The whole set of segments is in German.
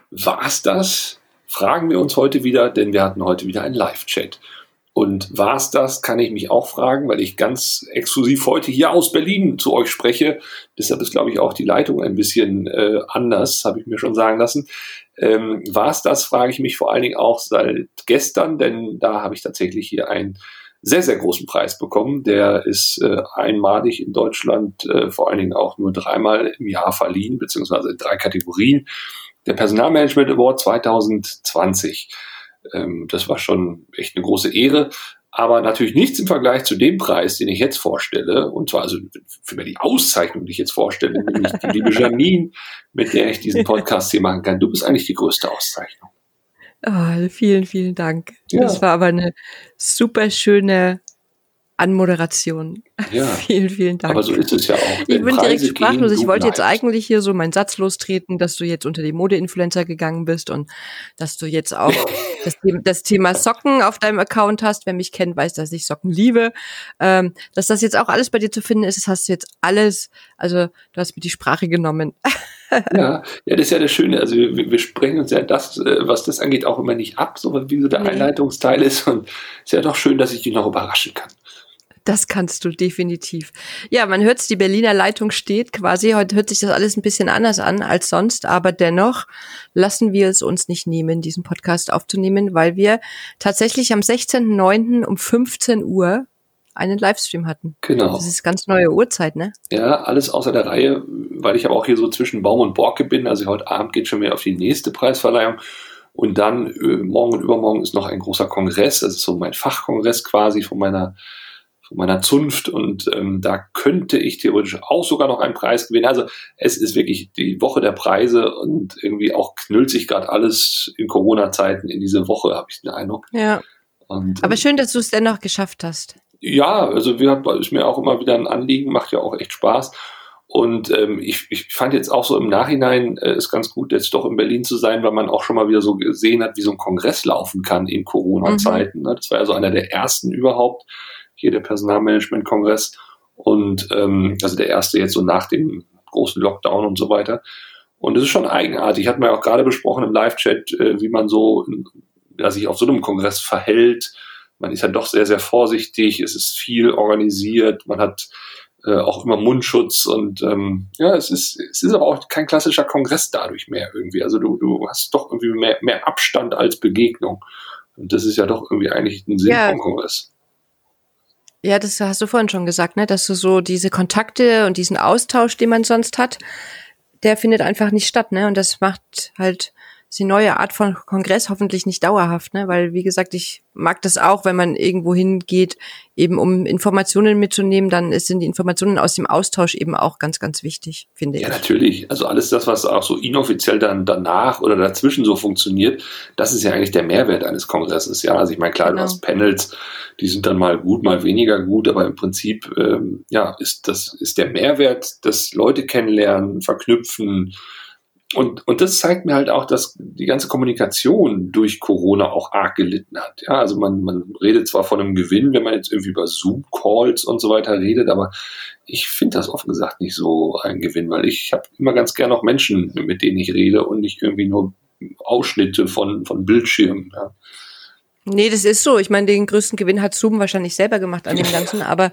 War's das? Fragen wir uns heute wieder, denn wir hatten heute wieder einen Live-Chat. Und war's das, kann ich mich auch fragen, weil ich ganz exklusiv heute hier aus Berlin zu euch spreche. Deshalb ist, glaube ich, auch die Leitung ein bisschen anders, habe ich mir schon sagen lassen. War's das, frage ich mich vor allen Dingen auch seit gestern, denn da habe ich tatsächlich hier einen sehr, sehr großen Preis bekommen. Der ist einmalig in Deutschland, vor allen Dingen auch nur 3-mal im Jahr verliehen, beziehungsweise in 3 Kategorien. Der Personalmanagement Award 2020. Das war schon echt eine große Ehre, aber natürlich nichts im Vergleich zu dem Preis, den ich jetzt vorstelle, und zwar also für die Auszeichnung, die ich jetzt vorstelle, nämlich die liebe Janine, mit der ich diesen Podcast hier machen kann. Du bist eigentlich die größte Auszeichnung. Oh, vielen, vielen Dank. Ja. Das war aber eine super schöne Anmoderation. Ja. Vielen, vielen Dank. Aber so ist es ja auch. Ich bin direkt sprachlos. Ich wollte jetzt bleibst. eigentlich hier so meinen Satz lostreten, dass du jetzt unter die Mode-Influencer gegangen bist und dass du jetzt auch das Thema Socken auf deinem Account hast. Wer mich kennt, weiß, dass ich Socken liebe. Dass das jetzt auch alles bei dir zu finden ist, das hast du jetzt alles, also du hast mir die Sprache genommen. Ja, das ist ja das Schöne. Also wir sprechen uns ja das, was das angeht, auch immer nicht ab, so wie so der Einleitungsteil ist. Und es ist ja doch schön, dass ich dich noch überraschen kann. Das kannst du definitiv. Ja, man hört's, die Berliner Leitung steht quasi. Heute hört sich das alles ein bisschen anders an als sonst, aber dennoch lassen wir es uns nicht nehmen, diesen Podcast aufzunehmen, weil wir tatsächlich am 16.09. um 15 Uhr einen Livestream hatten. Genau. Das ist ganz neue Uhrzeit, ne? Ja, alles außer der Reihe, weil ich aber auch hier so zwischen Baum und Borke bin. Also heute Abend geht schon mehr auf die nächste Preisverleihung. Und dann morgen und übermorgen ist noch ein großer Kongress. Das ist so mein Fachkongress quasi von meiner Zunft. Und da könnte ich theoretisch auch sogar noch einen Preis gewinnen. Also es ist wirklich die Woche der Preise und irgendwie auch knüllt sich gerade alles in Corona-Zeiten in diese Woche, habe ich den Eindruck. Ja. Und, aber schön, dass du es dennoch geschafft hast. Ja, also ist mir auch immer wieder ein Anliegen, macht ja auch echt Spaß. Und ich fand jetzt auch so im Nachhinein ist ganz gut, jetzt doch in Berlin zu sein, weil man auch schon mal wieder so gesehen hat, wie so ein Kongress laufen kann in Corona-Zeiten. Das war ja so einer der ersten überhaupt, hier der Personalmanagement-Kongress. Und also der erste jetzt so nach dem großen Lockdown und so weiter. Und es ist schon eigenartig. Hat man ja auch gerade besprochen im Live-Chat, wie man so sich auf so einem Kongress verhält. Man ist ja doch sehr, sehr vorsichtig, es ist viel organisiert, man hat auch immer Mundschutz und es ist aber auch kein klassischer Kongress dadurch mehr irgendwie. Also du hast doch irgendwie mehr Abstand als Begegnung. Und das ist ja doch irgendwie eigentlich ein Sinn vom Kongress. Ja, das hast du vorhin schon gesagt, ne, dass du so diese Kontakte und diesen Austausch, den man sonst hat, der findet einfach nicht statt, ne? Und das macht halt die neue Art von Kongress hoffentlich nicht dauerhaft, ne? Weil, wie gesagt, ich mag das auch, wenn man irgendwo hingeht, eben um Informationen mitzunehmen, dann sind die Informationen aus dem Austausch eben auch ganz, ganz wichtig, finde ich. Ja, natürlich. Also alles das, was auch so inoffiziell dann danach oder dazwischen so funktioniert, das ist ja eigentlich der Mehrwert eines Kongresses. Ja, also ich meine, klar, du hast Panels, die sind dann mal gut, mal weniger gut, aber im Prinzip, ist der Mehrwert, dass Leute kennenlernen, verknüpfen. Und das zeigt mir halt auch, dass die ganze Kommunikation durch Corona auch arg gelitten hat. Ja, also man redet zwar von einem Gewinn, wenn man jetzt irgendwie über Zoom-Calls und so weiter redet, aber ich finde das offen gesagt nicht so ein Gewinn, weil ich habe immer ganz gern auch Menschen, mit denen ich rede und nicht irgendwie nur Ausschnitte von Bildschirmen. Ja. Nee, das ist so. Ich meine, den größten Gewinn hat Zoom wahrscheinlich selber gemacht an dem Ganzen, aber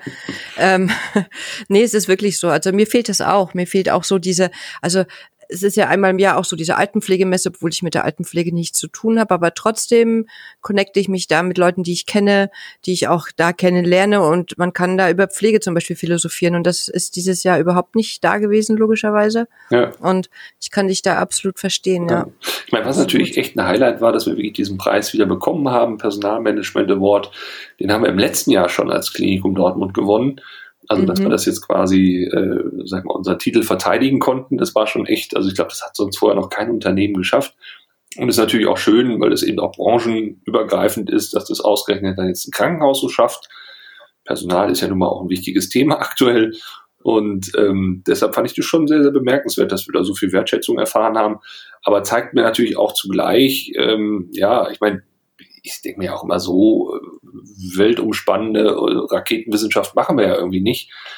nee, es ist wirklich so. Also mir fehlt das auch. Mir fehlt auch so es ist ja einmal im Jahr auch so diese Altenpflegemesse, obwohl ich mit der Altenpflege nichts zu tun habe, aber trotzdem connecte ich mich da mit Leuten, die ich kenne, die ich auch da kennenlerne und man kann da über Pflege zum Beispiel philosophieren und das ist dieses Jahr überhaupt nicht da gewesen, logischerweise. Ja. Und ich kann dich da absolut verstehen, ja. Ich meine, was natürlich echt ein Highlight war, dass wir wirklich diesen Preis wieder bekommen haben, Personalmanagement Award, den haben wir im letzten Jahr schon als Klinikum Dortmund gewonnen. Also, dass wir das jetzt quasi, unser Titel verteidigen konnten, das war schon echt, also ich glaube, das hat sonst vorher noch kein Unternehmen geschafft. Und ist natürlich auch schön, weil das eben auch branchenübergreifend ist, dass das ausgerechnet dann jetzt ein Krankenhaus so schafft. Personal ist ja nun mal auch ein wichtiges Thema aktuell. Und deshalb fand ich das schon sehr, sehr bemerkenswert, dass wir da so viel Wertschätzung erfahren haben. Aber zeigt mir natürlich auch zugleich, ich meine, ich denke mir auch immer so, weltumspannende Raketenwissenschaft machen wir ja irgendwie nicht.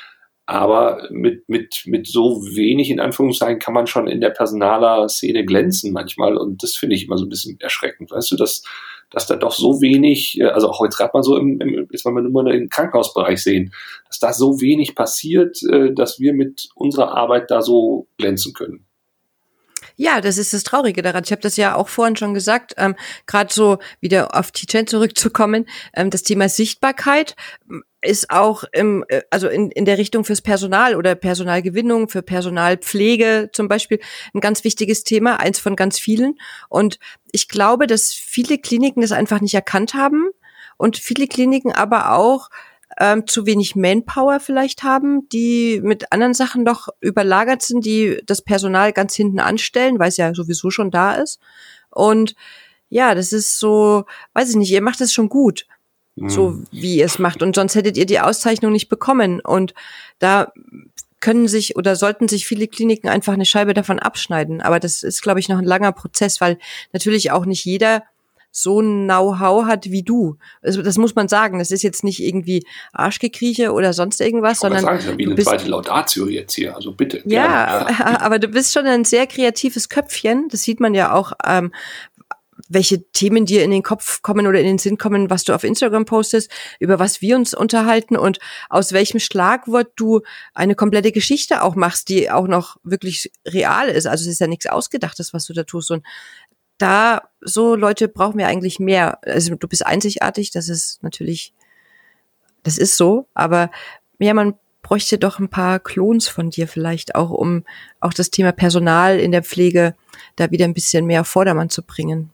Aber mit so wenig, in Anführungszeichen, kann man schon in der Personaler-Szene glänzen manchmal. Und das finde ich immer so ein bisschen erschreckend. Weißt du, dass da doch so wenig, also auch jetzt gerade mal so jetzt wollen wir nur mal den Krankenhausbereich sehen, dass da so wenig passiert, dass wir mit unserer Arbeit da so glänzen können. Ja, das ist das Traurige daran. Ich habe das ja auch vorhin schon gesagt, gerade so wieder auf Tijen zurückzukommen, das Thema Sichtbarkeit ist auch also in der Richtung fürs Personal oder Personalgewinnung, für Personalpflege zum Beispiel ein ganz wichtiges Thema, eins von ganz vielen. Und ich glaube, dass viele Kliniken das einfach nicht erkannt haben und viele Kliniken aber auch zu wenig Manpower vielleicht haben, die mit anderen Sachen noch überlagert sind, die das Personal ganz hinten anstellen, weil es ja sowieso schon da ist. Und ja, das ist so, weiß ich nicht, ihr macht es schon gut, so wie ihr es macht. Und sonst hättet ihr die Auszeichnung nicht bekommen. Und da können sich oder sollten sich viele Kliniken einfach eine Scheibe davon abschneiden. Aber das ist, glaube ich, noch ein langer Prozess, weil natürlich auch nicht jeder so ein Know-how hat wie du. Also das muss man sagen. Das ist jetzt nicht irgendwie Arschgekrieche oder sonst irgendwas, sondern das ist ja wie eine zweite Laudatio jetzt hier. Also bitte. Ja, gerne. Aber du bist schon ein sehr kreatives Köpfchen. Das sieht man ja auch, welche Themen dir in den Kopf kommen oder in den Sinn kommen, was du auf Instagram postest, über was wir uns unterhalten und aus welchem Schlagwort du eine komplette Geschichte auch machst, die auch noch wirklich real ist. Also es ist ja nichts Ausgedachtes, was du da tust. Und da, so Leute brauchen wir eigentlich mehr. Also du bist einzigartig, das ist natürlich, das ist so, aber ja, man bräuchte doch ein paar Klons von dir vielleicht auch, um auch das Thema Personal in der Pflege da wieder ein bisschen mehr auf Vordermann zu bringen.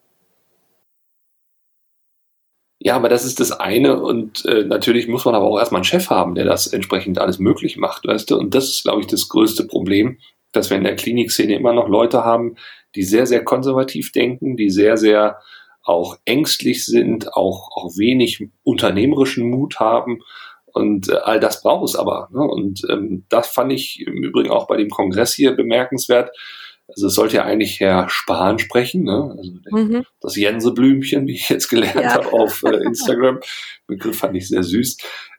Ja, aber das ist das eine und natürlich muss man aber auch erstmal einen Chef haben, der das entsprechend alles möglich macht, weißt du? Und das ist, glaube ich, das größte Problem, dass wir in der Klinikszene immer noch Leute haben, die sehr, sehr konservativ denken, die sehr, sehr auch ängstlich sind, auch wenig unternehmerischen Mut haben. Und all das braucht es aber. Ne? Und das fand ich im Übrigen auch bei dem Kongress hier bemerkenswert. Also es sollte ja eigentlich Herr Spahn sprechen, ne? Also das Jenseblümchen, wie ich jetzt gelernt habe auf Instagram. Begriff fand ich sehr süß.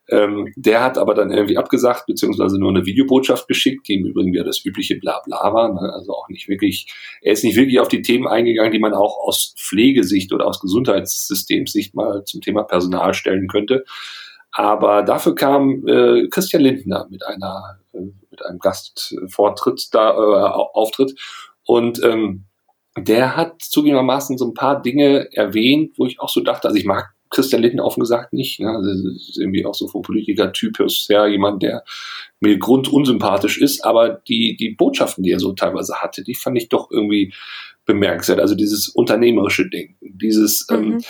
Der hat aber dann irgendwie abgesagt, beziehungsweise nur eine Videobotschaft geschickt, die im Übrigen ja das übliche Blabla war. Ne? Also auch nicht wirklich, er ist nicht wirklich auf die Themen eingegangen, die man auch aus Pflegesicht oder aus Gesundheitssystemsicht mal zum Thema Personal stellen könnte. Aber dafür kam Christian Lindner mit einem Gastvortritt Auftritt und der hat zugegebenermaßen so ein paar Dinge erwähnt, wo ich auch so dachte, also ich mag Christian Lindner offen gesagt nicht, ne? Also das ist irgendwie auch so vom Politiker-Typus her jemand, der mir grundunsympathisch ist, aber die Botschaften, die er so teilweise hatte, die fand ich doch irgendwie bemerkenswert. Also dieses unternehmerische Denken, dieses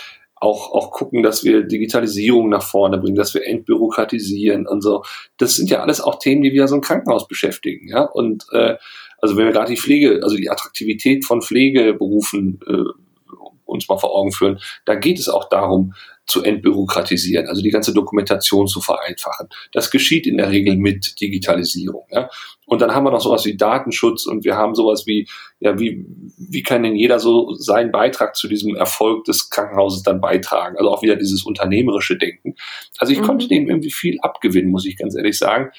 auch gucken, dass wir Digitalisierung nach vorne bringen, dass wir entbürokratisieren und so. Das sind ja alles auch Themen, die wieder so ein Krankenhaus beschäftigen, ja. Und also wenn wir gerade die Pflege, also die Attraktivität von Pflegeberufen uns mal vor Augen führen, da geht es auch darum, zu entbürokratisieren, also die ganze Dokumentation zu vereinfachen. Das geschieht in der Regel mit Digitalisierung. Ja? Und dann haben wir noch sowas wie Datenschutz und wir haben sowas wie, ja, wie kann denn jeder so seinen Beitrag zu diesem Erfolg des Krankenhauses dann beitragen? Also auch wieder dieses unternehmerische Denken. Also ich konnte dem irgendwie viel abgewinnen, muss ich ganz ehrlich sagen.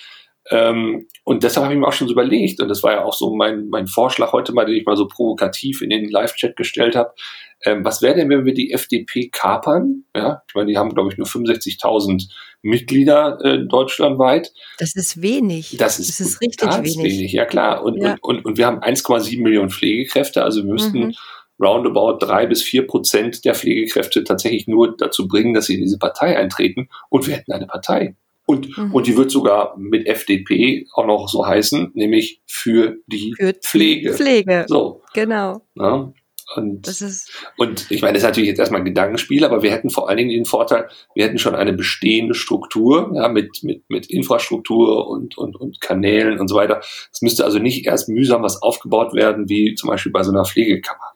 Und deshalb habe ich mir auch schon so überlegt, und das war ja auch so mein Vorschlag heute mal, den ich mal so provokativ in den Live-Chat gestellt habe, was wäre denn, wenn wir die FDP kapern? Ja, ich meine, die haben, glaube ich, nur 65.000 Mitglieder deutschlandweit. Das ist wenig. Das ist richtig wenig. Ja, klar. Und wir haben 1,7 Millionen Pflegekräfte, also wir müssten roundabout 3-4% der Pflegekräfte tatsächlich nur dazu bringen, dass sie in diese Partei eintreten, und wir hätten eine Partei. Und die wird sogar mit FDP auch noch so heißen, nämlich für die Pflege. Pflege. So. Genau. Ja. Und ich meine, das ist natürlich jetzt erstmal ein Gedankenspiel, aber wir hätten vor allen Dingen den Vorteil, wir hätten schon eine bestehende Struktur, ja, mit Infrastruktur und Kanälen und so weiter. Es müsste also nicht erst mühsam was aufgebaut werden, wie zum Beispiel bei so einer Pflegekammer.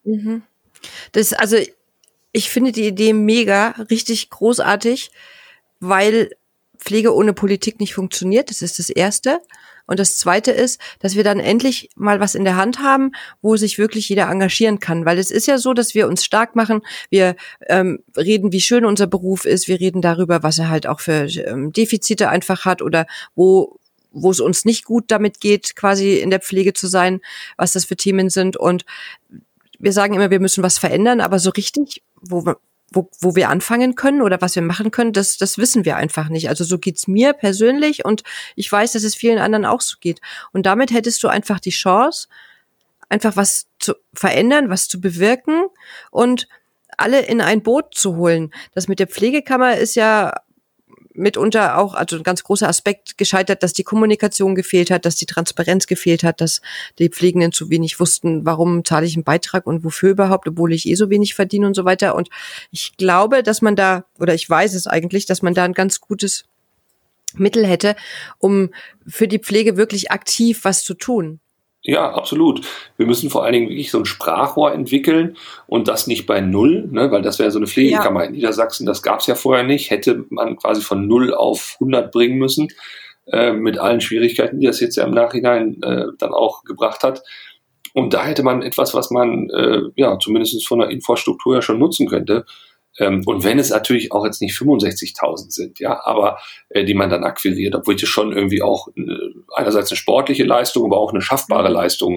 Also ich finde die Idee mega, richtig großartig, weil Pflege ohne Politik nicht funktioniert. Das ist das Erste. Und das Zweite ist, dass wir dann endlich mal was in der Hand haben, wo sich wirklich jeder engagieren kann. Weil es ist ja so, dass wir uns stark machen. Wir reden, wie schön unser Beruf ist. Wir reden darüber, was er halt auch für Defizite einfach hat oder wo es uns nicht gut damit geht, quasi in der Pflege zu sein, was das für Themen sind. Und wir sagen immer, wir müssen was verändern, aber so richtig, wo wir anfangen können oder was wir machen können, das wissen wir einfach nicht. Also so geht's mir persönlich und ich weiß, dass es vielen anderen auch so geht. Und damit hättest du einfach die Chance, einfach was zu verändern, was zu bewirken und alle in ein Boot zu holen. Das mit der Pflegekammer ist ja mitunter auch, also ein ganz großer Aspekt gescheitert, dass die Kommunikation gefehlt hat, dass die Transparenz gefehlt hat, dass die Pflegenden zu wenig wussten, warum zahle ich einen Beitrag und wofür überhaupt, obwohl ich so wenig verdiene und so weiter. Und ich glaube, dass man da, oder ich weiß es eigentlich, dass man da ein ganz gutes Mittel hätte, um für die Pflege wirklich aktiv was zu tun. Ja, absolut. Wir müssen vor allen Dingen wirklich so ein Sprachrohr entwickeln und das nicht bei Null, ne, weil das wäre so eine Pflegekammer in Niedersachsen, das gab es ja vorher nicht, hätte man quasi von 0 auf 100 bringen müssen, mit allen Schwierigkeiten, die das jetzt ja im Nachhinein dann auch gebracht hat. Und da hätte man etwas, was man zumindest von der Infrastruktur ja schon nutzen könnte. Und wenn es natürlich auch jetzt nicht 65.000 sind, ja, aber die man dann akquiriert, obwohl ich das schon irgendwie auch einerseits eine sportliche Leistung, aber auch eine schaffbare Leistung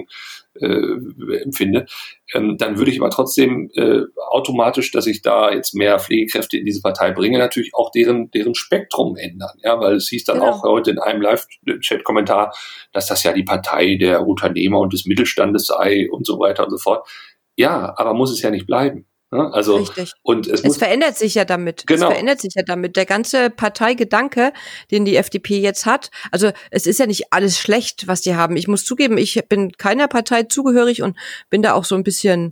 empfinde, dann würde ich aber trotzdem automatisch, dass ich da jetzt mehr Pflegekräfte in diese Partei bringe, natürlich auch deren Spektrum ändern, ja, weil es hieß dann auch heute in einem Live-Chat-Kommentar, dass das ja die Partei der Unternehmer und des Mittelstandes sei und so weiter und so fort. Ja, aber muss es ja nicht bleiben. Also, richtig. Und es verändert sich ja damit. Genau. Es verändert sich ja damit. Der ganze Parteigedanke, den die FDP jetzt hat, also es ist ja nicht alles schlecht, was die haben. Ich muss zugeben, ich bin keiner Partei zugehörig und bin da auch so ein bisschen,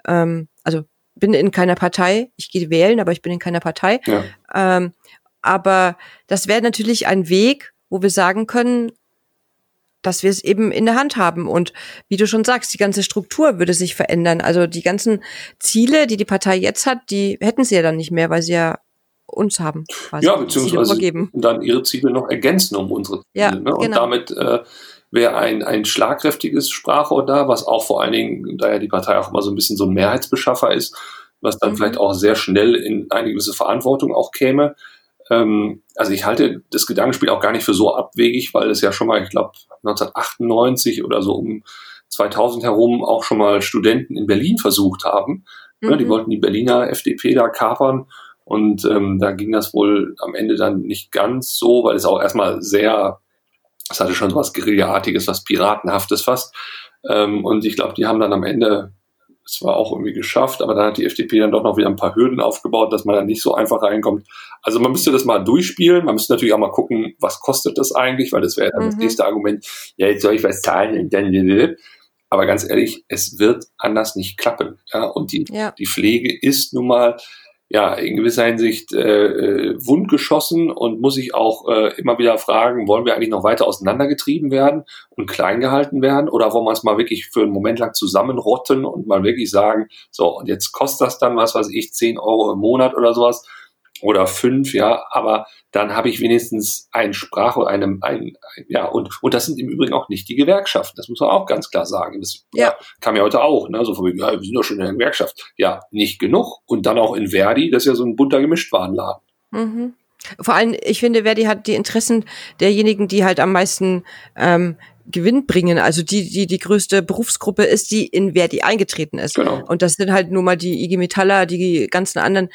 bin in keiner Partei. Ich gehe wählen, aber ich bin in keiner Partei. Ja. Aber das wäre natürlich ein Weg, wo wir sagen können, dass wir es eben in der Hand haben. Und wie du schon sagst, die ganze Struktur würde sich verändern. Also die ganzen Ziele, die Partei jetzt hat, die hätten sie ja dann nicht mehr, weil sie ja uns haben. Quasi, ja, beziehungsweise dann ihre Ziele noch ergänzen um unsere Ziele. Ja, ne? Und genau. damit wäre ein schlagkräftiges Sprachrohr da, was auch vor allen Dingen, da ja die Partei auch immer so ein bisschen so ein Mehrheitsbeschaffer ist, was dann vielleicht auch sehr schnell in eine gewisse Verantwortung auch käme. Also ich halte das Gedankenspiel auch gar nicht für so abwegig, weil es ja schon mal, ich glaube, 1998 oder so um 2000 herum auch schon mal Studenten in Berlin versucht haben. Ja, die wollten die Berliner FDP da kapern und da ging das wohl am Ende dann nicht ganz so, weil es auch erstmal es hatte schon so was Guerillaartiges, was Piratenhaftes fast. Und ich glaube, die haben dann am Ende es war auch irgendwie geschafft, aber dann hat die FDP dann doch noch wieder ein paar Hürden aufgebaut, dass man dann nicht so einfach reinkommt. Also man müsste das mal durchspielen. Man müsste natürlich auch mal gucken, was kostet das eigentlich, weil das wäre dann das nächste Argument. Ja, jetzt soll ich was zahlen und dann. Aber ganz ehrlich, es wird anders nicht klappen. Ja, und die Pflege ist nun mal in gewisser Hinsicht wundgeschossen und muss sich auch immer wieder fragen, wollen wir eigentlich noch weiter auseinandergetrieben werden und klein gehalten werden oder wollen wir es mal wirklich für einen Moment lang zusammenrotten und mal wirklich sagen, so, und jetzt kostet das dann, was weiß ich, 10 Euro im Monat oder sowas oder 5, ja, aber dann habe ich wenigstens ein Sprachrohr, und das sind im Übrigen auch nicht die Gewerkschaften, das muss man auch ganz klar sagen. Das kam ja heute auch, ne, so von wegen, wir sind doch schon in der Gewerkschaft. Ja, nicht genug. Und dann auch in Verdi, das ist ja so ein bunter Gemischtwarenladen. Mhm. Vor allem, ich finde, Verdi hat die Interessen derjenigen, die halt am meisten Gewinn bringen, also die größte Berufsgruppe ist, die in Verdi eingetreten ist. Genau. Und das sind halt nun mal die IG Metaller, die ganzen anderen.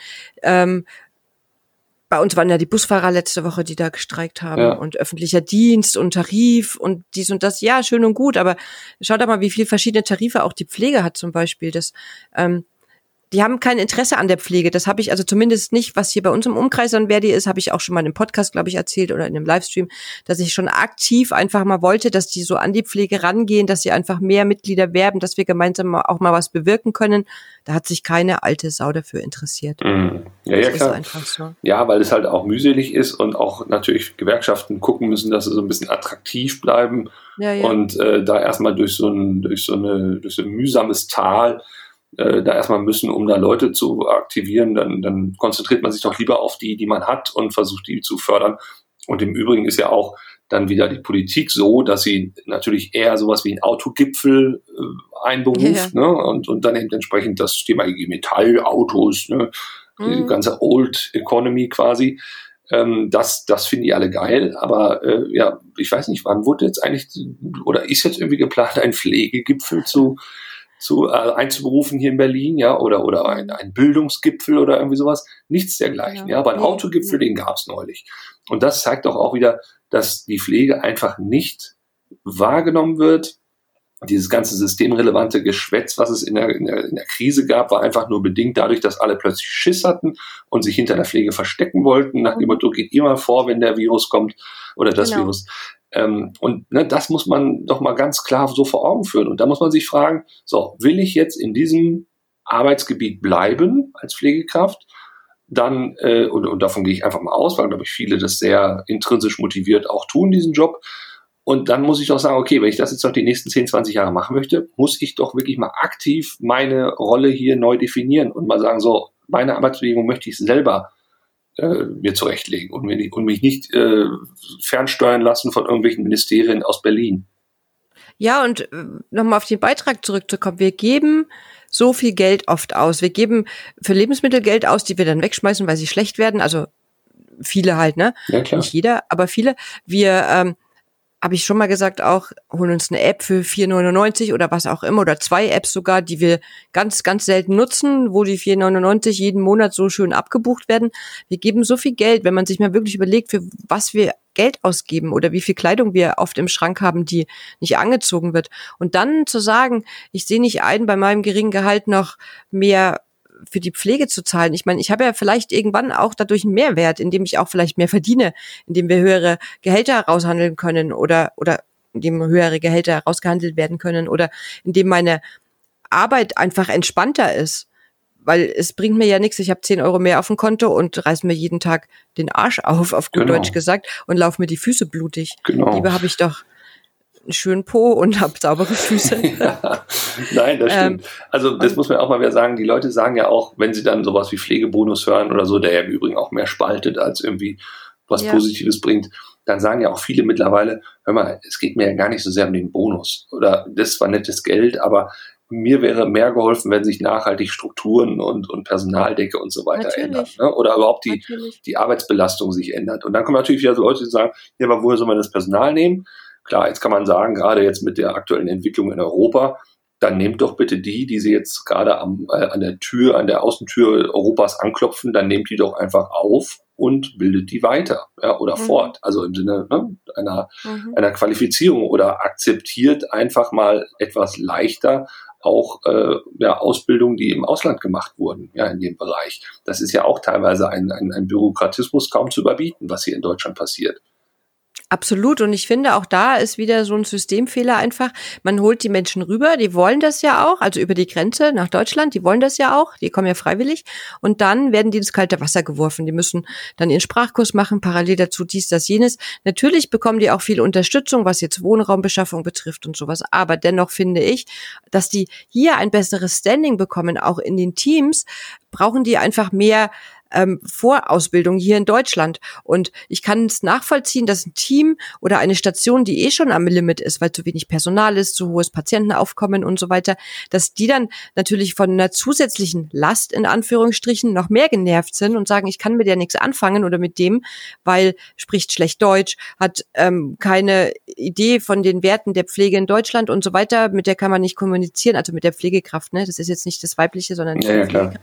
Bei uns waren ja die Busfahrer letzte Woche, die da gestreikt haben und öffentlicher Dienst und Tarif und dies und das. Ja, schön und gut, aber schaut doch mal, wie viele verschiedene Tarife auch die Pflege hat zum Beispiel. Die haben kein Interesse an der Pflege. Das habe ich also zumindest nicht, was hier bei uns im Umkreis an Verdi ist, habe ich auch schon mal in einem Podcast, glaube ich, erzählt oder in einem Livestream, dass ich schon aktiv einfach mal wollte, dass die so an die Pflege rangehen, dass sie einfach mehr Mitglieder werben, dass wir gemeinsam auch mal was bewirken können. Da hat sich keine alte Sau dafür interessiert. Ja, das klar. ist einfach so. Ja, weil es halt auch mühselig ist und auch natürlich Gewerkschaften gucken müssen, dass sie so ein bisschen attraktiv bleiben und da erstmal durch so ein mühsames Tal da erstmal müssen, um da Leute zu aktivieren, dann konzentriert man sich doch lieber auf die man hat und versucht, die zu fördern. Und im Übrigen ist ja auch dann wieder die Politik so, dass sie natürlich eher sowas wie ein Autogipfel einberuft, ne? Und dann eben entsprechend das Thema IG Metall, Autos, ne? Die ganze Old Economy quasi. Das finden die alle geil, aber ja, ich weiß nicht, wann wurde jetzt eigentlich, oder ist jetzt irgendwie geplant, ein Pflegegipfel einzuberufen hier in Berlin, ja, oder ein Bildungsgipfel oder irgendwie sowas. Nichts dergleichen, ja, aber ein Autogipfel, den gab's neulich. Und das zeigt doch auch wieder, dass die Pflege einfach nicht wahrgenommen wird. Dieses ganze systemrelevante Geschwätz, was es in der Krise gab, war einfach nur bedingt dadurch, dass alle plötzlich Schiss hatten und sich hinter der Pflege verstecken wollten, nach dem Motto, geht immer vor, wenn der Virus kommt oder das Virus. Und ne, das muss man doch mal ganz klar so vor Augen führen. Und da muss man sich fragen, so, will ich jetzt in diesem Arbeitsgebiet bleiben als Pflegekraft? Dann, und davon gehe ich einfach mal aus, weil, glaube ich, viele das sehr intrinsisch motiviert auch tun, diesen Job. Und dann muss ich doch sagen, okay, wenn ich das jetzt noch die nächsten 10, 20 Jahre machen möchte, muss ich doch wirklich mal aktiv meine Rolle hier neu definieren und mal sagen, so, meine Arbeitsbedingungen möchte ich selber mir zurechtlegen und mich nicht fernsteuern lassen von irgendwelchen Ministerien aus Berlin. Ja, und nochmal auf den Beitrag zurückzukommen, wir geben so viel Geld oft aus. Wir geben für Lebensmittel Geld aus, die wir dann wegschmeißen, weil sie schlecht werden. Also viele halt, ne? Ja, klar. Nicht jeder, aber viele. Wir habe ich schon mal gesagt, auch holen uns eine App für 4,99 oder was auch immer oder 2 Apps sogar, die wir ganz, ganz selten nutzen, wo die 4,99 jeden Monat so schön abgebucht werden. Wir geben so viel Geld, wenn man sich mal wirklich überlegt, für was wir Geld ausgeben oder wie viel Kleidung wir oft im Schrank haben, die nicht angezogen wird. Und dann zu sagen, ich sehe nicht ein, bei meinem geringen Gehalt noch mehr für die Pflege zu zahlen. Ich meine, ich habe ja vielleicht irgendwann auch dadurch einen Mehrwert, indem ich auch vielleicht mehr verdiene, indem wir höhere Gehälter heraushandeln können oder indem höhere Gehälter herausgehandelt werden können oder indem meine Arbeit einfach entspannter ist. Weil es bringt mir ja nichts, ich habe 10 Euro mehr auf dem Konto und reiß mir jeden Tag den Arsch auf gut Deutsch gesagt, und laufe mir die Füße blutig. Genau. Lieber habe ich doch einen schönen Po und habe saubere Füße. Ja, nein, das stimmt. Also das muss man auch mal wieder sagen, die Leute sagen ja auch, wenn sie dann sowas wie Pflegebonus hören oder so, der ja im Übrigen auch mehr spaltet, als irgendwie was Positives bringt, dann sagen ja auch viele mittlerweile, hör mal, es geht mir ja gar nicht so sehr um den Bonus oder das war nettes Geld, aber mir wäre mehr geholfen, wenn sich nachhaltig Strukturen und Personaldecke und so weiter ändern. Ne? Oder überhaupt die Arbeitsbelastung sich ändert. Und dann kommen natürlich wieder so Leute, die sagen, ja, aber woher soll man das Personal nehmen? Klar, jetzt kann man sagen, gerade jetzt mit der aktuellen Entwicklung in Europa, dann nehmt doch bitte die sie jetzt gerade an der Außentür Europas anklopfen, dann nehmt die doch einfach auf und bildet die weiter, ja, oder fort. Also im Sinne einer Qualifizierung oder akzeptiert einfach mal etwas leichter auch Ausbildungen, die im Ausland gemacht wurden, ja, in dem Bereich. Das ist ja auch teilweise ein Bürokratismus kaum zu überbieten, was hier in Deutschland passiert. Absolut. Und ich finde, auch da ist wieder so ein Systemfehler einfach. Man holt die Menschen rüber, die wollen das ja auch, also über die Grenze nach Deutschland, die wollen das ja auch, die kommen ja freiwillig. Und dann werden die ins kalte Wasser geworfen. Die müssen dann ihren Sprachkurs machen, parallel dazu dies, das, jenes. Natürlich bekommen die auch viel Unterstützung, was jetzt Wohnraumbeschaffung betrifft und sowas. Aber dennoch finde ich, dass die hier ein besseres Standing bekommen, auch in den Teams, brauchen die einfach mehr Vorausbildung hier in Deutschland. Und ich kann es nachvollziehen, dass ein Team oder eine Station, die schon am Limit ist, weil zu wenig Personal ist, zu hohes Patientenaufkommen und so weiter, dass die dann natürlich von einer zusätzlichen Last in Anführungsstrichen noch mehr genervt sind und sagen, ich kann mit der nichts anfangen oder mit dem, weil spricht schlecht Deutsch, hat keine Idee von den Werten der Pflege in Deutschland und so weiter, mit der kann man nicht kommunizieren, also mit der Pflegekraft, ne? Das ist jetzt nicht das Weibliche, sondern die Pflegekraft.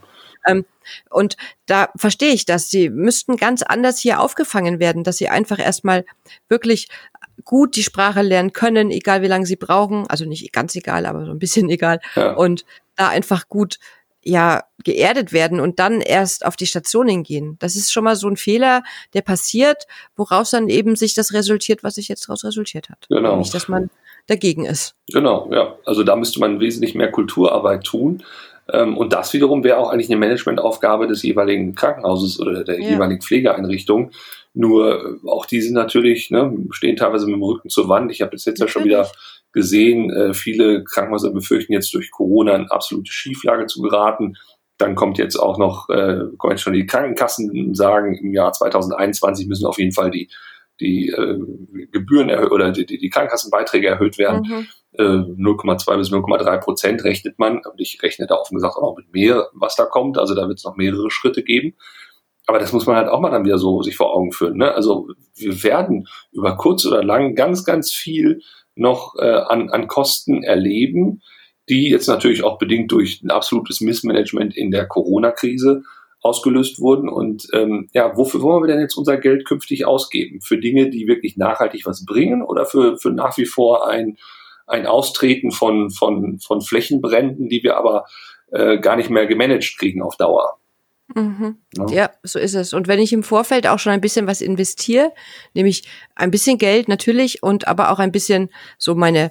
Und da verstehe ich das. Sie müssten ganz anders hier aufgefangen werden, dass sie einfach erstmal wirklich gut die Sprache lernen können, egal wie lange sie brauchen. Also nicht ganz egal, aber so ein bisschen egal. Ja. Und da einfach gut geerdet werden und dann erst auf die Station hingehen. Das ist schon mal so ein Fehler, der passiert, woraus dann eben sich das resultiert, was sich jetzt daraus resultiert hat. Genau. Nicht, dass man dagegen ist. Genau, ja. Also da müsste man wesentlich mehr Kulturarbeit tun. Und das wiederum wäre auch eigentlich eine Managementaufgabe des jeweiligen Krankenhauses oder der jeweiligen Pflegeeinrichtung. Nur auch die sind natürlich, stehen teilweise mit dem Rücken zur Wand. Ich habe das jetzt ja schon wieder gesehen, viele Krankenhäuser befürchten jetzt durch Corona in absolute Schieflage zu geraten. Dann kommt jetzt auch noch, kommen jetzt schon die Krankenkassen und sagen, im Jahr 2021 müssen auf jeden Fall die Gebühren oder die Krankenkassenbeiträge erhöht werden. 0,2 bis 0,3% rechnet man. Und ich rechne da offen gesagt auch noch mit mehr, was da kommt. Also da wird es noch mehrere Schritte geben. Aber das muss man halt auch mal dann wieder so sich vor Augen führen. Ne? Also wir werden über kurz oder lang ganz, ganz viel noch an Kosten erleben, die jetzt natürlich auch bedingt durch ein absolutes Missmanagement in der Corona-Krise ausgelöst wurden. Und wofür wollen wir denn jetzt unser Geld künftig ausgeben? Für Dinge, die wirklich nachhaltig was bringen, oder für nach wie vor ein Austreten von Flächenbränden, die wir aber gar nicht mehr gemanagt kriegen auf Dauer? Ja, so ist es. Und wenn ich im Vorfeld auch schon ein bisschen was investiere, nämlich ein bisschen Geld natürlich und aber auch ein bisschen so meine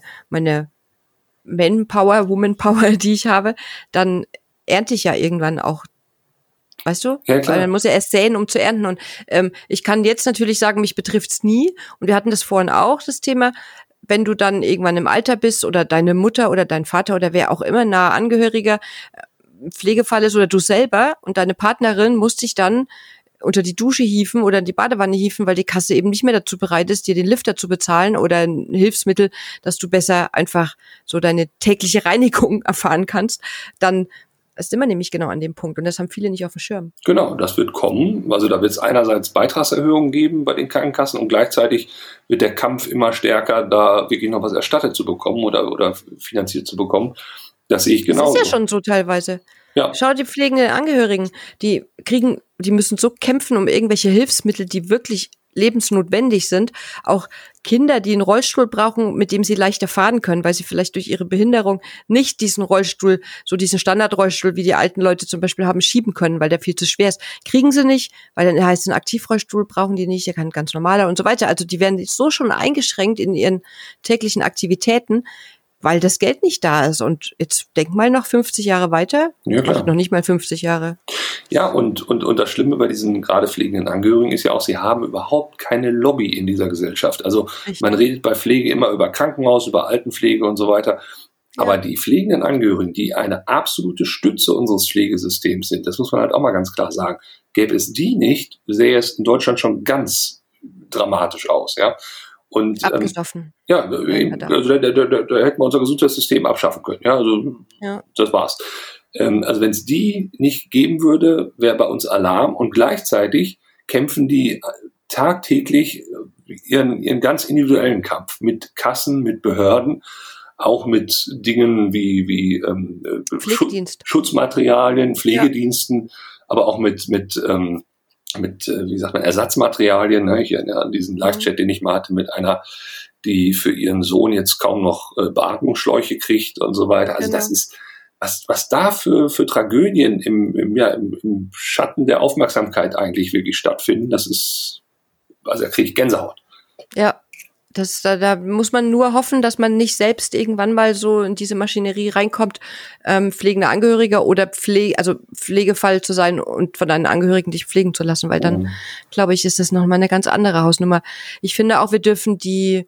Manpower, Womanpower, die ich habe, dann ernte ich ja irgendwann auch. Weißt du? Ja, klar. Weil man muss ja erst säen, um zu ernten. Und ich kann jetzt natürlich sagen, mich betrifft's nie. Und wir hatten das vorhin auch, das Thema, wenn du dann irgendwann im Alter bist oder deine Mutter oder dein Vater oder wer auch immer, nahe Angehöriger, Pflegefall ist oder du selber und deine Partnerin muss dich dann unter die Dusche hieven oder in die Badewanne hieven, weil die Kasse eben nicht mehr dazu bereit ist, dir den Lifter zu bezahlen oder ein Hilfsmittel, dass du besser einfach so deine tägliche Reinigung erfahren kannst, dann sind wir nämlich genau an dem Punkt und das haben viele nicht auf dem Schirm. Genau, das wird kommen. Also da wird es einerseits Beitragserhöhungen geben bei den Krankenkassen und gleichzeitig wird der Kampf immer stärker, da wirklich noch was erstattet zu bekommen oder finanziert zu bekommen. Das sehe ich genauso. Das ist ja schon so teilweise. Ja. Schau die pflegenden Angehörigen, die müssen so kämpfen um irgendwelche Hilfsmittel, die wirklich lebensnotwendig sind. Auch Kinder, die einen Rollstuhl brauchen, mit dem sie leichter fahren können, weil sie vielleicht durch ihre Behinderung nicht diesen Rollstuhl, so diesen Standardrollstuhl, wie die alten Leute zum Beispiel haben, schieben können, weil der viel zu schwer ist. Kriegen sie nicht, weil dann heißt, einen Aktivrollstuhl brauchen die nicht, der kann ganz normaler und so weiter. Also die werden so schon eingeschränkt in ihren täglichen Aktivitäten, weil das Geld nicht da ist. Und jetzt denk mal noch 50 Jahre weiter. Ja, klar. Noch nicht mal 50 Jahre. Ja, und das Schlimme bei diesen gerade pflegenden Angehörigen ist ja auch, sie haben überhaupt keine Lobby in dieser Gesellschaft. Also man redet bei Pflege immer über Krankenhaus, über Altenpflege und so weiter. Aber die pflegenden Angehörigen, die eine absolute Stütze unseres Pflegesystems sind, das muss man halt auch mal ganz klar sagen, gäbe es die nicht, sähe es in Deutschland schon ganz dramatisch aus, ja. Und, abgesoffen. Also da hätten wir unser Gesundheitssystem abschaffen können. Ja, also das war's. Also wenn es die nicht geben würde, wäre bei uns Alarm. Und gleichzeitig kämpfen die tagtäglich ihren ganz individuellen Kampf mit Kassen, mit Behörden, auch mit Dingen wie Schutzmaterialien, Pflegediensten, aber auch mit wie sagt man, Ersatzmaterialien, ne? Ich erinnere an diesen Live-Chat, den ich mal hatte mit einer, die für ihren Sohn jetzt kaum noch Beatmungsschläuche kriegt und so weiter. Also das ist, was da für Tragödien im Schatten der Aufmerksamkeit eigentlich wirklich stattfinden, das ist, also da kriege ich Gänsehaut. Ja, da muss man nur hoffen, dass man nicht selbst irgendwann mal so in diese Maschinerie reinkommt, pflegender Angehöriger oder Pflegefall zu sein und von deinen Angehörigen dich pflegen zu lassen, weil dann, glaube ich, ist das nochmal eine ganz andere Hausnummer. Ich finde auch, wir dürfen die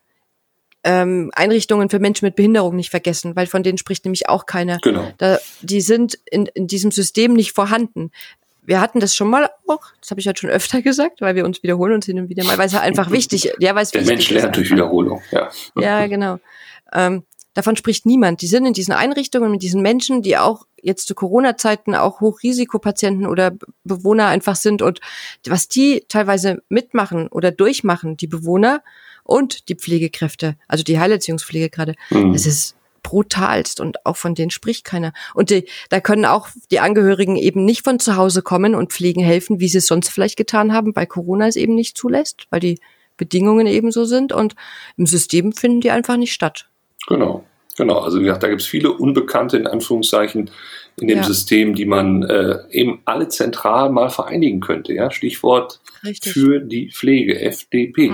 Einrichtungen für Menschen mit Behinderung nicht vergessen, weil von denen spricht nämlich auch keiner. Genau. Die sind in diesem System nicht vorhanden. Wir hatten das schon mal auch, das habe ich halt schon öfter gesagt, weil wir uns wiederholen uns hin und wieder mal, weil es ja einfach wichtig ist. Ja, weil es der Mensch lernt durch Wiederholung, ja. Ja, genau. Davon spricht niemand. Die sind in diesen Einrichtungen mit diesen Menschen, die auch jetzt zu Corona-Zeiten auch Hochrisikopatienten oder Bewohner einfach sind und was die teilweise mitmachen oder durchmachen, die Bewohner und die Pflegekräfte, also die Heilerziehungspflege gerade, das ist brutalst und auch von denen spricht keiner. Und da können auch die Angehörigen eben nicht von zu Hause kommen und Pflegen helfen, wie sie es sonst vielleicht getan haben, weil Corona es eben nicht zulässt, weil die Bedingungen eben so sind und im System finden die einfach nicht statt. Genau. Also wie gesagt, da gibt es viele Unbekannte in Anführungszeichen in dem System, die man eben alle zentral mal vereinigen könnte. Ja, Stichwort für die Pflege, FDP.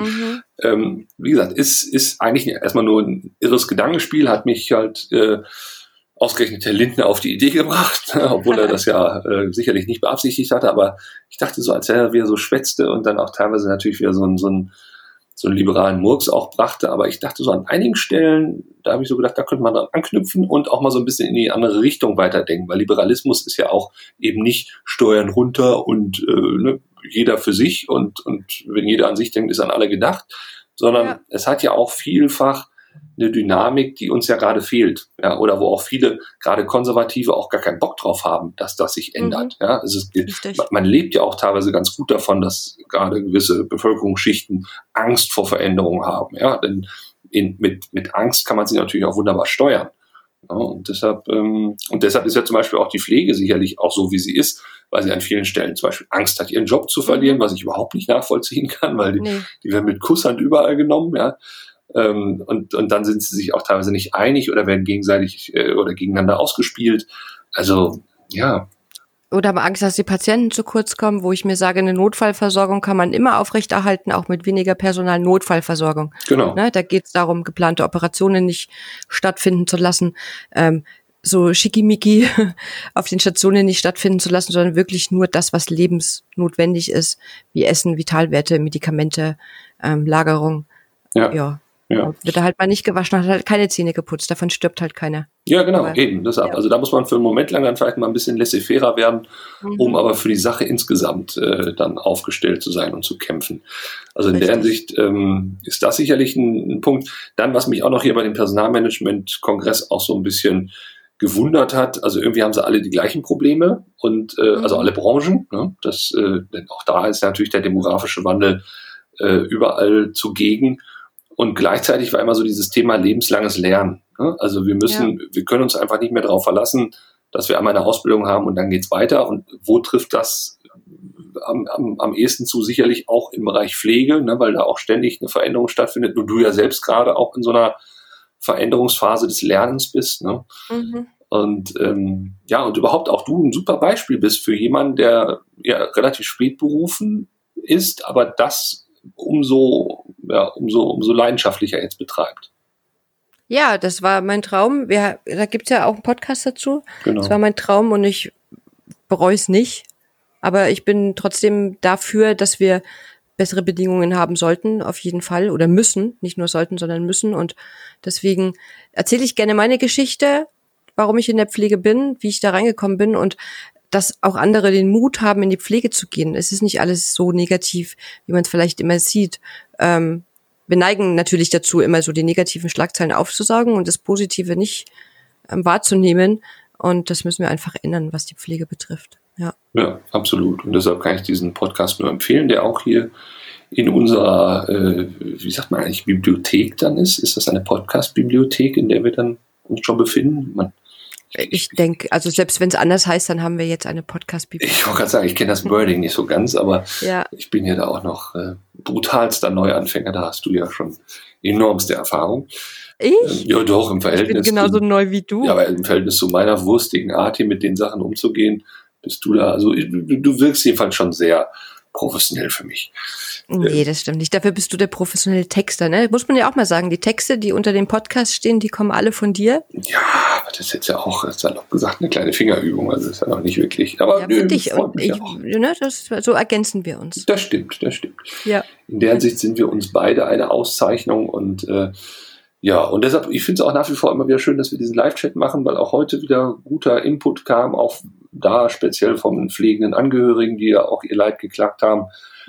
Wie gesagt, ist eigentlich erstmal nur ein irres Gedankenspiel, hat mich halt ausgerechnet Herr Lindner auf die Idee gebracht, obwohl er das ja sicherlich nicht beabsichtigt hatte, aber ich dachte so, als er wieder so schwätzte und dann auch teilweise natürlich wieder so einen liberalen Murks auch brachte, aber ich dachte so an einigen Stellen, da habe ich so gedacht, da könnte man dran anknüpfen und auch mal so ein bisschen in die andere Richtung weiterdenken, weil Liberalismus ist ja auch eben nicht Steuern runter und jeder für sich und wenn jeder an sich denkt, ist an alle gedacht, sondern es hat ja auch vielfach eine Dynamik, die uns ja gerade fehlt, ja, oder wo auch viele, gerade Konservative, auch gar keinen Bock drauf haben, dass das sich ändert. Ja, man lebt ja auch teilweise ganz gut davon, dass gerade gewisse Bevölkerungsschichten Angst vor Veränderungen haben. Ja, denn mit Angst kann man sie natürlich auch wunderbar steuern. Ja, und deshalb ist ja zum Beispiel auch die Pflege sicherlich auch so, wie sie ist, weil sie an vielen Stellen zum Beispiel Angst hat, ihren Job zu verlieren, was ich überhaupt nicht nachvollziehen kann, weil die werden mit Kusshand überall genommen, ja. Und dann sind sie sich auch teilweise nicht einig oder werden gegenseitig oder gegeneinander ausgespielt. Also, ja. Oder haben Angst, dass die Patienten zu kurz kommen, wo ich mir sage, eine Notfallversorgung kann man immer aufrechterhalten, auch mit weniger Personal. Notfallversorgung. Genau. Ne, da geht es darum, geplante Operationen nicht stattfinden zu lassen, so schickimicki auf den Stationen nicht stattfinden zu lassen, sondern wirklich nur das, was lebensnotwendig ist, wie Essen, Vitalwerte, Medikamente, Lagerung. Ja. Wird er halt mal nicht gewaschen, hat halt keine Zähne geputzt, davon stirbt halt keiner. Ja, genau, eben, deshalb. Ja. Also da muss man für einen Moment lang dann vielleicht mal ein bisschen laissez-faire werden, um aber für die Sache insgesamt dann aufgestellt zu sein und zu kämpfen. Also in der Hinsicht ist das sicherlich ein Punkt. Dann, was mich auch noch hier bei dem Personalmanagement-Kongress auch so ein bisschen gewundert hat, also irgendwie haben sie alle die gleichen Probleme und also alle Branchen, ne? Denn auch da ist natürlich der demografische Wandel überall zugegen. Und gleichzeitig war immer so dieses Thema lebenslanges Lernen. Ne? Also wir können uns einfach nicht mehr darauf verlassen, dass wir einmal eine Ausbildung haben und dann geht's weiter. Und wo trifft das am ehesten zu? Sicherlich auch im Bereich Pflege, ne? Weil da auch ständig eine Veränderung stattfindet. Und du ja selbst gerade auch in so einer Veränderungsphase des Lernens bist. Ne? Und und überhaupt auch du ein super Beispiel bist für jemanden, der ja relativ spät berufen ist, aber das umso leidenschaftlicher jetzt betreibt. Ja, das war mein Traum. Da gibt's ja auch einen Podcast dazu. Genau. Das war mein Traum und ich bereue es nicht. Aber ich bin trotzdem dafür, dass wir bessere Bedingungen haben sollten, auf jeden Fall. Oder müssen. Nicht nur sollten, sondern müssen. Und deswegen erzähle ich gerne meine Geschichte, warum ich in der Pflege bin, wie ich da reingekommen bin und dass auch andere den Mut haben, in die Pflege zu gehen. Es ist nicht alles so negativ, wie man es vielleicht immer sieht. Wir neigen natürlich dazu, immer so die negativen Schlagzeilen aufzusaugen und das Positive nicht wahrzunehmen. Und das müssen wir einfach ändern, was die Pflege betrifft. Ja, absolut. Und deshalb kann ich diesen Podcast nur empfehlen, der auch hier in unserer, wie sagt man eigentlich, Bibliothek dann ist. Ist das eine Podcast-Bibliothek, in der wir dann uns schon befinden? Ich denke, also selbst wenn es anders heißt, dann haben wir jetzt eine Podcast-Bibliothek. Ich wollte gerade sagen, ich kenne das Wording nicht so ganz, aber ich bin ja da auch noch brutalster Neuanfänger, da hast du ja schon enormste Erfahrung. Ich? Ja, doch, im Verhältnis. Ich bin genauso neu wie du. Ja, aber im Verhältnis zu meiner wurstigen Art, hier mit den Sachen umzugehen, bist du da, also du wirkst jedenfalls schon sehr professionell für mich. Nee, das stimmt nicht. Dafür bist du der professionelle Texter, ne? Muss man ja auch mal sagen, die Texte, die unter dem Podcast stehen, die kommen alle von dir. Ja, aber das ist jetzt ja auch, das ist ja noch gesagt, eine kleine Fingerübung, also das ist ja noch nicht wirklich. Aber für dich und ich, ne, so ergänzen wir uns. Das stimmt. Ja. In der Hinsicht sind wir uns beide eine Auszeichnung und und deshalb, ich finde es auch nach wie vor immer wieder schön, dass wir diesen Live-Chat machen, weil auch heute wieder guter Input kam, auch da speziell von pflegenden Angehörigen, die ja auch ihr Leid geklagt haben,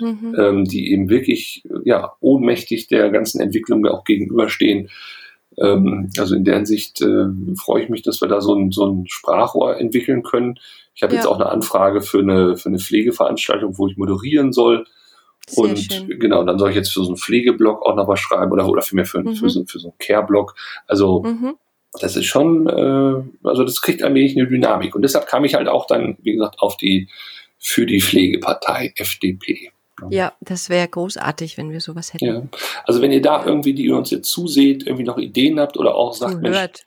die eben wirklich ohnmächtig der ganzen Entwicklung auch gegenüberstehen. Also in der Hinsicht freue ich mich, dass wir da so ein Sprachrohr entwickeln können. Ich habe jetzt auch eine Anfrage für eine Pflegeveranstaltung, wo ich moderieren soll. Sehr und schön. Genau, dann soll ich jetzt für so einen Pflegeblog auch noch was schreiben oder vielmehr für so einen Care-Blog. Also das ist schon, also das kriegt allmählich eine Dynamik. Und deshalb kam ich halt auch dann, wie gesagt, für die Pflegepartei FDP. Ja, das wäre großartig, wenn wir sowas hätten. Ja. Also wenn ihr da irgendwie, die ihr uns jetzt zuseht, irgendwie noch Ideen habt oder auch sagt, zuhört.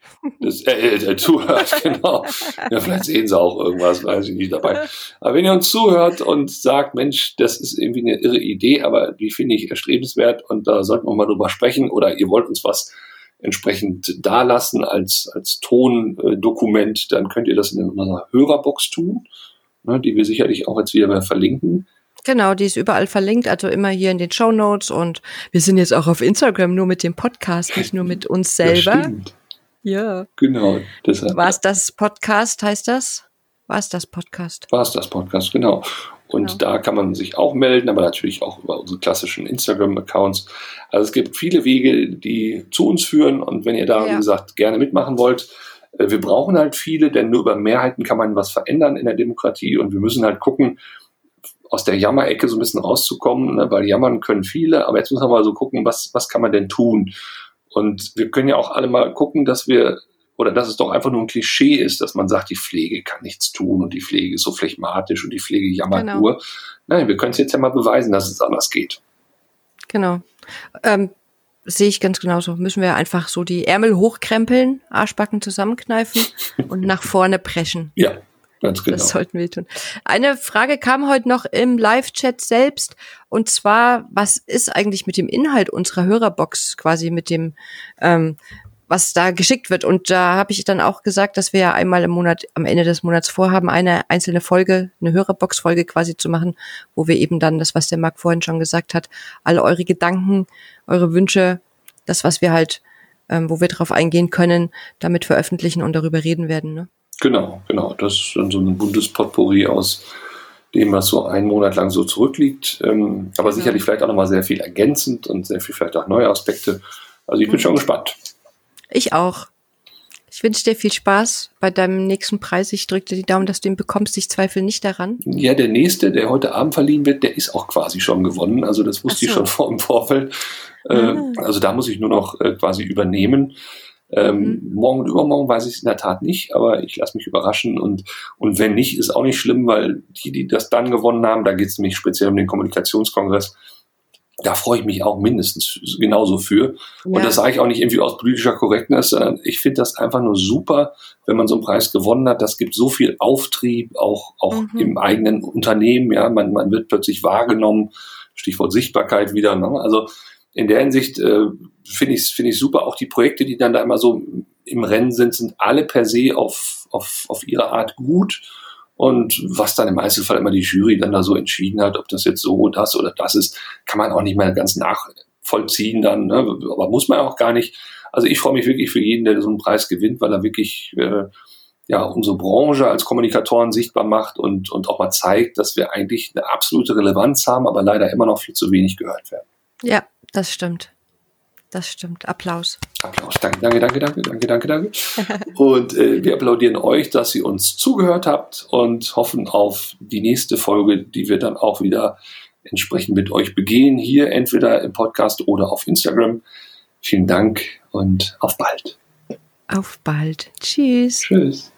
Zuhört, genau. Ja, vielleicht sehen sie auch irgendwas, weiß ich nicht dabei. Aber wenn ihr uns zuhört und sagt, Mensch, das ist irgendwie eine irre Idee, aber die finde ich erstrebenswert und da sollten wir mal drüber sprechen oder ihr wollt uns was entsprechend dalassen als Tondokument, dann könnt ihr das in unserer Hörerbox tun, ne, die wir sicherlich auch jetzt wieder verlinken. Genau, die ist überall verlinkt, also immer hier in den Shownotes und wir sind jetzt auch auf Instagram nur mit dem Podcast, nicht nur mit uns selber. Das stimmt. Ja. Genau. Deshalb. War's das Podcast, heißt das? War's das Podcast? War's das Podcast, genau. Und da kann man sich auch melden, aber natürlich auch über unsere klassischen Instagram-Accounts. Also es gibt viele Wege, die zu uns führen. Und wenn ihr da, wie gesagt, gerne mitmachen wollt, wir brauchen halt viele, denn nur über Mehrheiten kann man was verändern in der Demokratie. Und wir müssen halt gucken, aus der Jammerecke so ein bisschen rauszukommen, ne? Weil jammern können viele. Aber jetzt müssen wir mal so gucken, was kann man denn tun? Und wir können ja auch alle mal gucken, dass es doch einfach nur ein Klischee ist, dass man sagt, die Pflege kann nichts tun und die Pflege ist so phlegmatisch und die Pflege jammert nur. Nein, wir können es jetzt ja mal beweisen, dass es anders geht. Genau. Sehe ich ganz genauso. Müssen wir einfach so die Ärmel hochkrempeln, Arschbacken zusammenkneifen und nach vorne preschen. Ja, ganz genau. Das sollten wir tun. Eine Frage kam heute noch im Live-Chat selbst, und zwar, was ist eigentlich mit dem Inhalt unserer Hörerbox, quasi mit dem was da geschickt wird. Und da habe ich dann auch gesagt, dass wir ja einmal im Monat, am Ende des Monats vorhaben, eine einzelne Folge, eine Hörerbox-Folge quasi zu machen, wo wir eben dann das, was der Marc vorhin schon gesagt hat, alle eure Gedanken, eure Wünsche, das, was wir halt, wo wir drauf eingehen können, damit veröffentlichen und darüber reden werden. Ne? Genau. Das ist dann so ein buntes Potpourri aus dem, was so einen Monat lang so zurückliegt. Aber sicherlich vielleicht auch nochmal sehr viel ergänzend und sehr viel vielleicht auch neue Aspekte. Also ich bin schon gespannt. Ich auch. Ich wünsche dir viel Spaß bei deinem nächsten Preis. Ich drücke dir die Daumen, dass du ihn bekommst. Ich zweifle nicht daran. Ja, der nächste, der heute Abend verliehen wird, der ist auch quasi schon gewonnen. Also das wusste ich schon im Vorfeld. Also da muss ich nur noch quasi übernehmen. Morgen und übermorgen weiß ich es in der Tat nicht, aber ich lasse mich überraschen. Und wenn nicht, ist auch nicht schlimm, weil die das dann gewonnen haben, da geht es nämlich speziell um den Kommunikationskongress. Da freue ich mich auch mindestens genauso für. Und das sage ich auch nicht irgendwie aus politischer Korrektness, sondern ich finde das einfach nur super, wenn man so einen Preis gewonnen hat. Das gibt so viel Auftrieb, auch im eigenen Unternehmen. Ja, man wird plötzlich wahrgenommen. Stichwort Sichtbarkeit wieder. Ne? Also in der Hinsicht finde ich super. Auch die Projekte, die dann da immer so im Rennen sind alle per se auf ihre Art gut. Und was dann im Einzelfall immer die Jury dann da so entschieden hat, ob das jetzt so das oder das ist, kann man auch nicht mehr ganz nachvollziehen dann, ne? Aber muss man auch gar nicht. Also ich freue mich wirklich für jeden, der so einen Preis gewinnt, weil er wirklich unsere Branche als Kommunikatoren sichtbar macht und auch mal zeigt, dass wir eigentlich eine absolute Relevanz haben, aber leider immer noch viel zu wenig gehört werden. Ja, das stimmt. Das stimmt. Applaus. Danke. Und wir applaudieren euch, dass ihr uns zugehört habt und hoffen auf die nächste Folge, die wir dann auch wieder entsprechend mit euch begehen, hier entweder im Podcast oder auf Instagram. Vielen Dank und auf bald. Auf bald. Tschüss. Tschüss.